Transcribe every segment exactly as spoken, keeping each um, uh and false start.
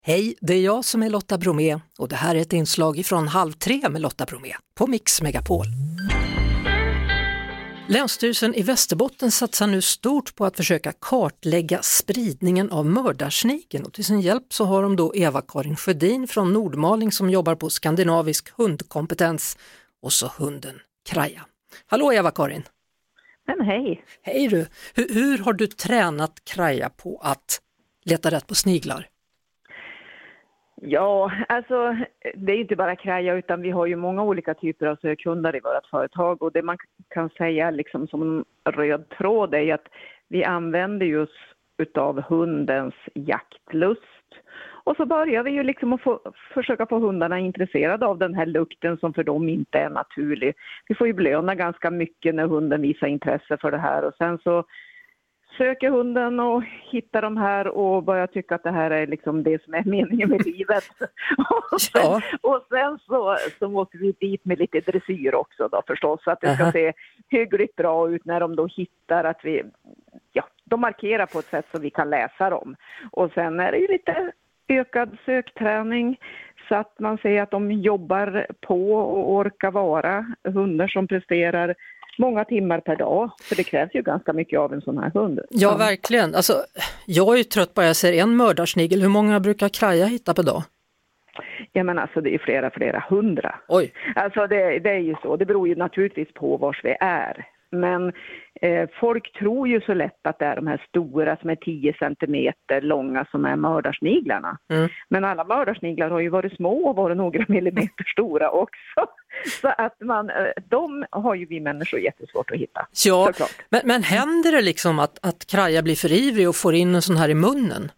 Hej, det är jag som är Lotta Bromé och det här är ett inslag från Halv tre med Lotta Bromé på Mix Megapol. Länsstyrelsen i Västerbotten satsar nu stort på att försöka kartlägga spridningen av mördarsnigeln och till sin hjälp så har de då Eva-Karin Sjödin från Nordmaling som jobbar på skandinavisk hundkompetens och så hunden Kraja. Hallå Eva-Karin! Men hej! Hej du! Hur, hur har du tränat Kraja på att leta rätt på sniglar? Ja, alltså det är inte bara Kraja utan vi har ju många olika typer av sökhundar i vårt företag och det man kan säga liksom som en röd tråd är att vi använder just utav hundens jaktlust och så börjar vi ju liksom att få, försöka få hundarna intresserade av den här lukten som för dem inte är naturlig. Vi får ju belöna ganska mycket när hunden visar intresse för det här och sen så söker hunden och hittar de här och börjar tycka att det här är liksom det som är meningen med livet. och sen, ja. och sen så, så måste vi dit med lite dressyr också då förstås. Så att det ska uh-huh. se hyggligt bra ut när de då hittar att vi, ja, de markerar på ett sätt så vi kan läsa dem. Och sen är det ju lite ökad sökträning så att man ser att de jobbar på och orkar vara hundar som presterar många timmar per dag, för det krävs ju ganska mycket av en sån här hund. Ja, verkligen. Alltså, jag är ju trött bara jag ser en mördarsnigel. Hur många brukar Kraja hitta per dag? Ja, men alltså det är flera, flera hundra. Oj. Alltså det, det är ju så. Det beror ju naturligtvis på vars vi är. Men eh, folk tror ju så lätt att det är de här stora som är tio centimeter långa som är mördarsniglarna. Mm. Men alla mördarsniglar har ju varit små och varit några millimeter stora också. Så att man, de har ju vi människor jättesvårt att hitta. Ja, men, men händer det liksom att, att Kraja blir för ivrig och får in en sån här i munnen?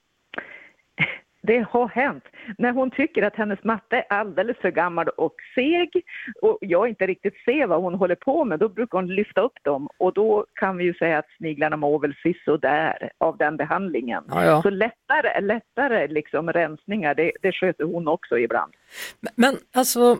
Det har hänt. När hon tycker att hennes matte är alldeles för gammal och seg och jag inte riktigt ser vad hon håller på med, då brukar hon lyfta upp dem och då kan vi ju säga att sniglarna mår väl så där av den behandlingen. Ja, ja. Så lättare, lättare liksom rensningar, det, det sköter hon också ibland. Men, men alltså,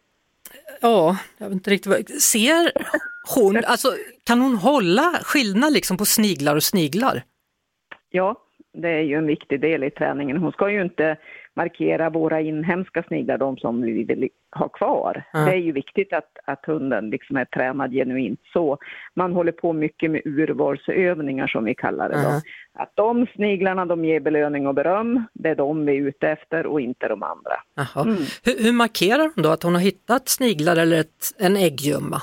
ja, jag vet inte riktigt vad, ser hon, alltså kan hon hålla skillnad liksom på sniglar och sniglar? Ja. Det är ju en viktig del i träningen. Hon ska ju inte markera våra inhemska sniglar, de som vi vill ha kvar. Mm. Det är ju viktigt att, att hunden liksom är tränad genuint så. Man håller på mycket med urvalsövningar som vi kallar det då. Mm. Att de sniglarna de ger belöning och beröm, det är de vi är ute efter och inte de andra. Mm. Hur, hur markerar hon då att hon har hittat sniglar eller ett, en ägggömma?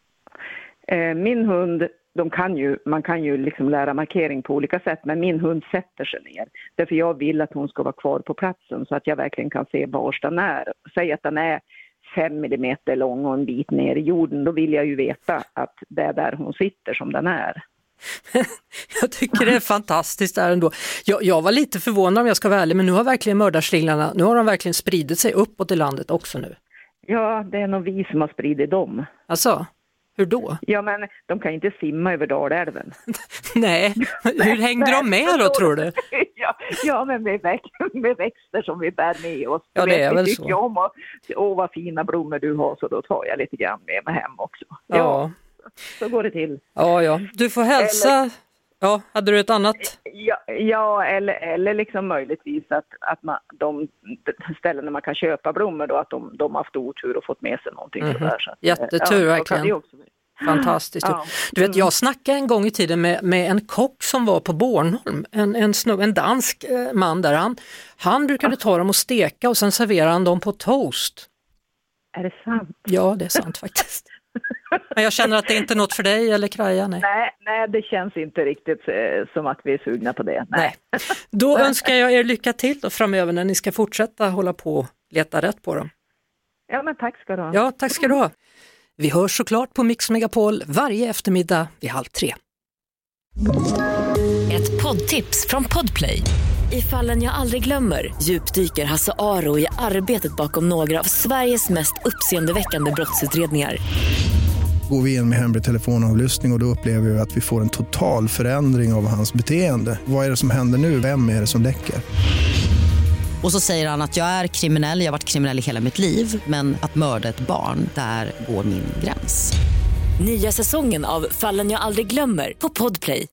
Eh, min hund... De kan ju, man kan ju liksom lära markering på olika sätt, men min hund sätter sig ner. Därför jag vill att hon ska vara kvar på platsen så att jag verkligen kan se var den är. Säg att den är fem millimeter lång och en bit ner i jorden, då vill jag ju veta att det är där hon sitter som den är. Jag tycker det är fantastiskt där ändå. Jag, jag var lite förvånad om jag ska vara ärlig, men nu har verkligen mördarsniglarna, nu har de verkligen spridit sig uppåt i landet också nu. Ja, det är nog vi som har spridit dem. Alltså? Hur då? Ja, men de kan inte simma över Dalälven. Nej, hur hängde de med då tror du? ja, ja, men med, väx- med växter som vi bär med oss. Ja, det är väl så. Jag om och, åh, vad fina blommor du har, så då tar jag lite grann med mig hem också. Ja, ja. Så går det till. Ja, ja. Du får hälsa... Eller... Ja, hade du ett annat? Ja, ja eller, eller liksom möjligtvis att, att man, de ställen där man kan köpa blommor då, att de, de har haft otur och fått med sig någonting. Mm-hmm. Där, så att, jättetur ja, verkligen. Också... Fantastiskt. Ja. Du vet, jag snackade en gång i tiden med, med en kock som var på Bornholm, en, en, snubbe, en dansk eh, man där. Han, han brukade ta dem och steka och sen serverade han dem på toast. Är det sant? Ja, det är sant faktiskt. Men jag känner att det inte är något för dig eller Kraja, nej. Nej, nej det känns inte riktigt eh, som att vi är sugna på det. Nej. nej. Då önskar jag er lycka till då framöver när ni ska fortsätta hålla på och leta rätt på dem. Ja, men tack ska du ha. Ja, tack ska du ha. Vi hörs såklart på Mix Megapol varje eftermiddag vid halv tre. Ett poddtips från Podplay. I Fallen jag aldrig glömmer djupdyker Hasse Aro i arbetet bakom några av Sveriges mest uppseendeväckande brottsutredningar. Går vi in med hemlig telefonavlyssning och, och då upplever vi att vi får en total förändring av hans beteende. Vad är det som händer nu? Vem är det som läcker? Och så säger han att jag är kriminell, jag har varit kriminell i hela mitt liv. Men att mörda ett barn, där går min gräns. Nya säsongen av Fallen jag aldrig glömmer på Podplay.